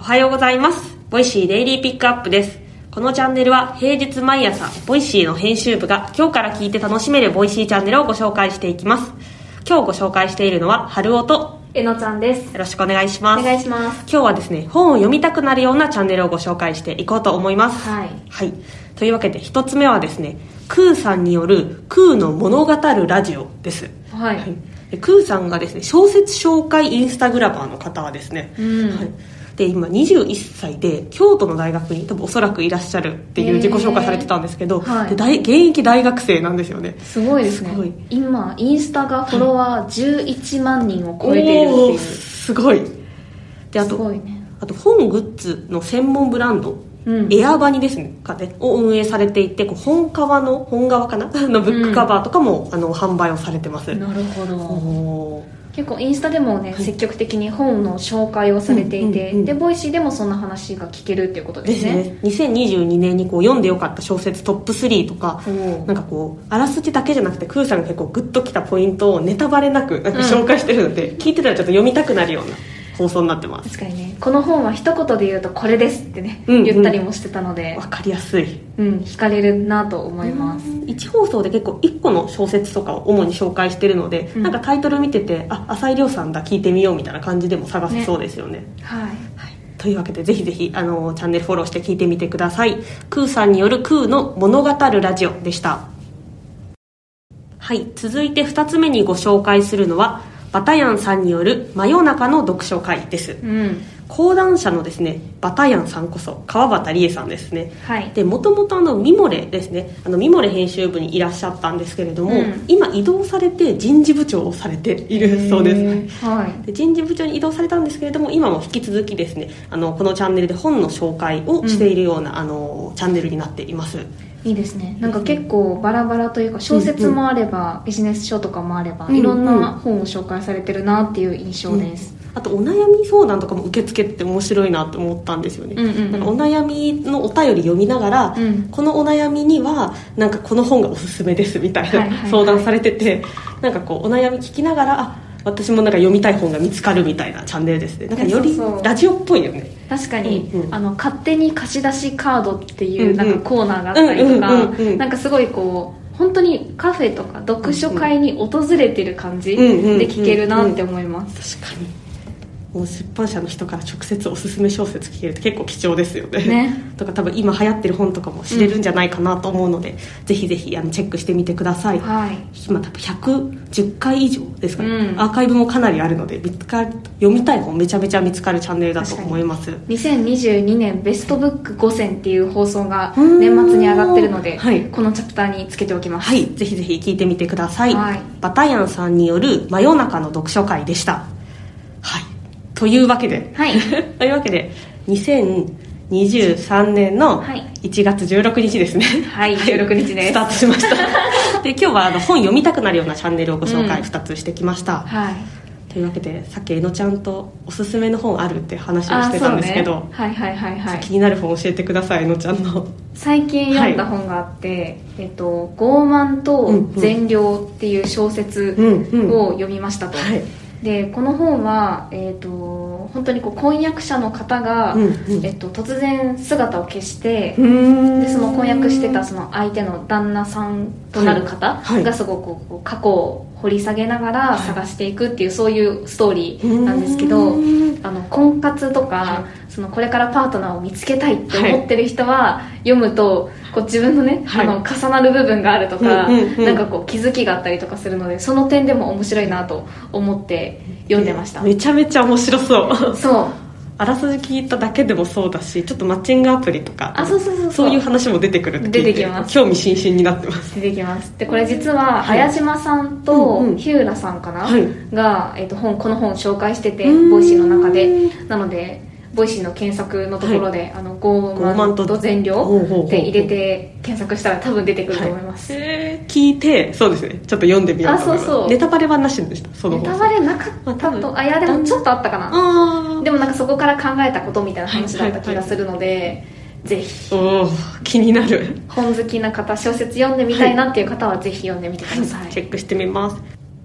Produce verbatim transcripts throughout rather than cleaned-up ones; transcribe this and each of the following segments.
おはようございます。ボイシーデイリーピックアップです。このチャンネルは平日毎朝ボイシーの編集部が今日から聞いて楽しめるボイシーチャンネルをご紹介していきます。今日ご紹介しているのは春尾とえのちゃんです。 よろしくお願いします。 お願いします。 今日はですね、本を読みたくなるようなチャンネルをご紹介していこうと思います。 はい、 はい、というわけで一つ目はですね、クーさんによるクーの物語るラジオです。 はい、 はい、でクーさんがですね、小説紹介インスタグラマーの方はですね、 うんはい、で今にじゅういっさいで京都の大学に多分おそらくいらっしゃるっていう自己紹介されてたんですけど、 はい、 で大現役大学生なんですよね。 すごいですね。 すごい。 今インスタがフォロワーじゅういちまんにんを超えているっていう、 すごい。であとすごいね。 あと本グッズの専門ブランド、うん、エアバニですねかねを運営されていて、こう本革の本革かなのブックカバーとかも、うん、あの販売をされてます。 なるほど。結構インスタでもね、はい、積極的に本の紹介をされていて、うんうんうん、でボイシーでもそんな話が聞けるっていうことですね。 ですね。にせんにじゅうにねんにこう読んでよかった小説トップスリーとか、なんかこうあらすじだけじゃなくてクーさんが結構グッときたポイントをネタバレなくなんか紹介してるので、うん、聞いてたらちょっと読みたくなるような放送になってます。 確かにね、この本は一言で言うとこれですってね、うんうん、言ったりもしてたので分かりやすい、 うん、惹かれるなと思います。 いち放送で結構いっこの小説とかを主に紹介してるので、うん、なんかタイトル見てて、あ、浅井亮さんだ聞いてみようみたいな感じでも探せそうですよね。 はい、はい、 というわけでぜひぜひあのチャンネルフォローして聞いてみてください。クーさんによるクーの物語るラジオでした。はい、続いてふたつめにご紹介するのはバタヤンさんによる真夜中の読書会です。うん、講談社のですね、バタヤンさんこそ川端理恵さんですね。はい、でもともとあのミモレですね、あのミモレ編集部にいらっしゃったんですけれども、うん、今移動されて人事部長をされているそうです。はい、で人事部長に移動されたんですけれども、今も引き続きですね、あのこのチャンネルで本の紹介をしているような、うん、あのチャンネルになっています。 いいですね。なんか結構バラバラというか、小説もあれば、うんうん、ビジネス書とかもあれば、いろんな本を紹介されてるなっていう印象です。 うん、あとお悩み相談とかも受け付けて面白いなと思ったんですよね。うんうんうん、なんかお悩みのお便り読みながら、うん、このお悩みにはなんかこの本がおすすめですみたいな、はいはいはい、相談されてて、なんかこうお悩み聞きながら、あ、私もなんか読みたい本が見つかるみたいなチャンネルですね。なんかよりラジオっぽいよね。 確かに、うんうん、あの勝手に貸し出しカードっていうなんかコーナーがあったりとか、なんかすごいこう本当にカフェとか読書会に訪れてる感じで聞けるなって思います。 確かに。もう出版社の人から直接おすすめ小説聞けるって結構貴重ですよね。 ねとか多分今流行ってる本とかも知れるんじゃないかなと思うので、うん、ぜひぜひあのチェックしてみてください。はい、今多分ひゃくじゅっかい以上ですかね、うん、アーカイブもかなりあるので見つかる読みたい本めちゃめちゃ見つかるチャンネルだと思います。 にせんにじゅうにねんベストブックごせんっていう放送が年末に上がってるので、はい、このチャプターにつけておきます。 はい、ぜひぜひ聞いてみてください。はい、バタヤンさんによる真夜中の読書会でした。はい、というわけで、はい、というわけでにせんにじゅうさんねんのいちがつじゅうろくにちですね。 はい、じゅうろくにちです。 スタートしましたで今日はあの本読みたくなるようなチャンネルをご紹介ふたつしてきました。うん、はい、というわけでさっきえのちゃんとおすすめの本あるって話をしてたんですけど、ね、 はいはいはいはい、 気になる本教えてください。えのちゃんの最近読んだ本があって、はい、えっと、傲慢と善良っていう小説を読みましたと。うんうん、はい、でこの本は、えー、と本当にこう婚約者の方が、うんうん、えっと、突然姿を消してでその婚約してたその相手の旦那さんとなる方がすごくこう過去を掘り下げながら探していくっていう、はい、そういうストーリーなんですけど、あの婚活とか、はい、そのこれからパートナーを見つけたいって思ってる人は、はい、読むとこう自分のね、はい、あの重なる部分があるとか、うんうんうん、なんかこう気づきがあったりとかするので、その点でも面白いなと思って読んでました。 めちゃめちゃ面白そうそうあらすじ聞いただけでもそうだし、ちょっとマッチングアプリとか、 あ、そうそうそうそう、 そういう話も出てくるって聞いて出てきます。 興味津々になってます。 出てきます。でこれ実は綾島さんと日浦さんかな、はい、が、えー、と本この本を紹介してて、ボイシーの中で、なのでボイシーの検索のところで、はい、あの傲慢と善良って入れて検索したら多分出てくると思います。 はい、えー、聞いて、そうですね、ちょっと読んでみようと思います。あ、そうそう、 ネタバレはなしでした。そのネタバレなかったと、あ、いやでもちょっとあったかな。あ、でもなんかそこから考えたことみたいな話だった気がするので、はいはいはい、ぜひお気になる本好きな方、小説読んでみたいなっていう方はぜひ読んでみてください。 はい、チェックしてみます。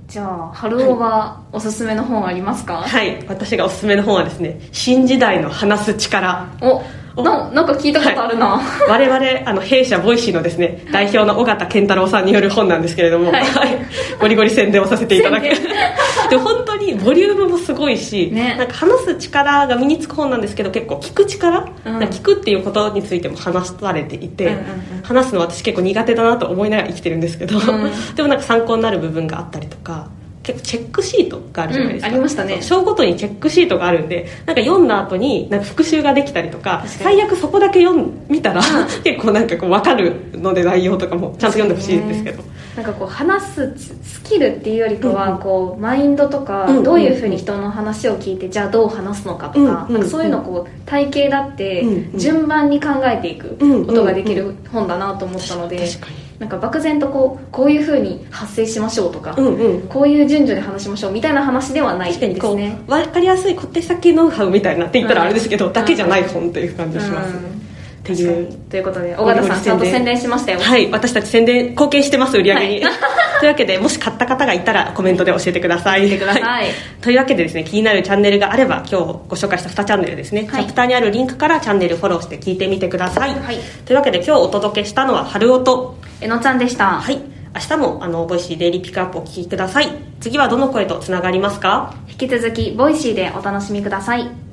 じゃあ春尾がおすすめの本ありますか？ はい、私がおすすめの本はですね、新時代の話す力。 おな, なんか聞いたことあるな、 はい、我々あの弊社ボイシーのですね、代表の尾形健太郎さんによる本なんですけれども、はいはい、ゴリゴリ宣伝をさせていただくで本当にボリュームもすごいし、ね、なんか話す力が身につく本なんですけど、結構聞く力、うん、聞くっていうことについても話されていて、うんうんうん、話すの私結構苦手だなと思いながら生きてるんですけど、うん、でもなんか参考になる部分があったりとか、結構チェックシートがあるじゃないですか、 うん、ありましたね。 章ごとにチェックシートがあるんで、なんか読んだ後になんか復習ができたりとか、最悪そこだけ読ん見たら、うん、結構なんかこう分かるので、内容とかもちゃんと読んでほしいんですけど、 なんかこう話すスキルっていうよりかは、こうマインドとか、どういうふうに人の話を聞いて、じゃあどう話すのかとか、なんかそういうのをこう体系だって順番に考えていくことができる本だなと思ったので、なんか漠然とこうこういう風に発声しましょうとか、うんうん、こういう順序で話しましょうみたいな話ではないですね。確かにこう分かりやすい小手先ノウハウみたいなって言ったらあれですけど、うん、だけじゃない本という感じがします、うん、っていうということで尾形さんちゃんと宣伝しましたよ。 はい、私たち宣伝貢献してます、売り上げに、はい、というわけで、もし買った方がいたらコメントで教えてください。 教えてください、はい、 というわけでですね、気になるチャンネルがあれば、今日ご紹介したにチャンネルですね、はい、チャプターにあるリンクからチャンネルフォローして聞いてみてください、はい、というわけで今日お届けしたのは春音えのちゃんでした。 はい、明日もあのボイシーデイリーピックアップをお聞きください。次はどの声とつながりますか？ 引き続きボイシーでお楽しみください。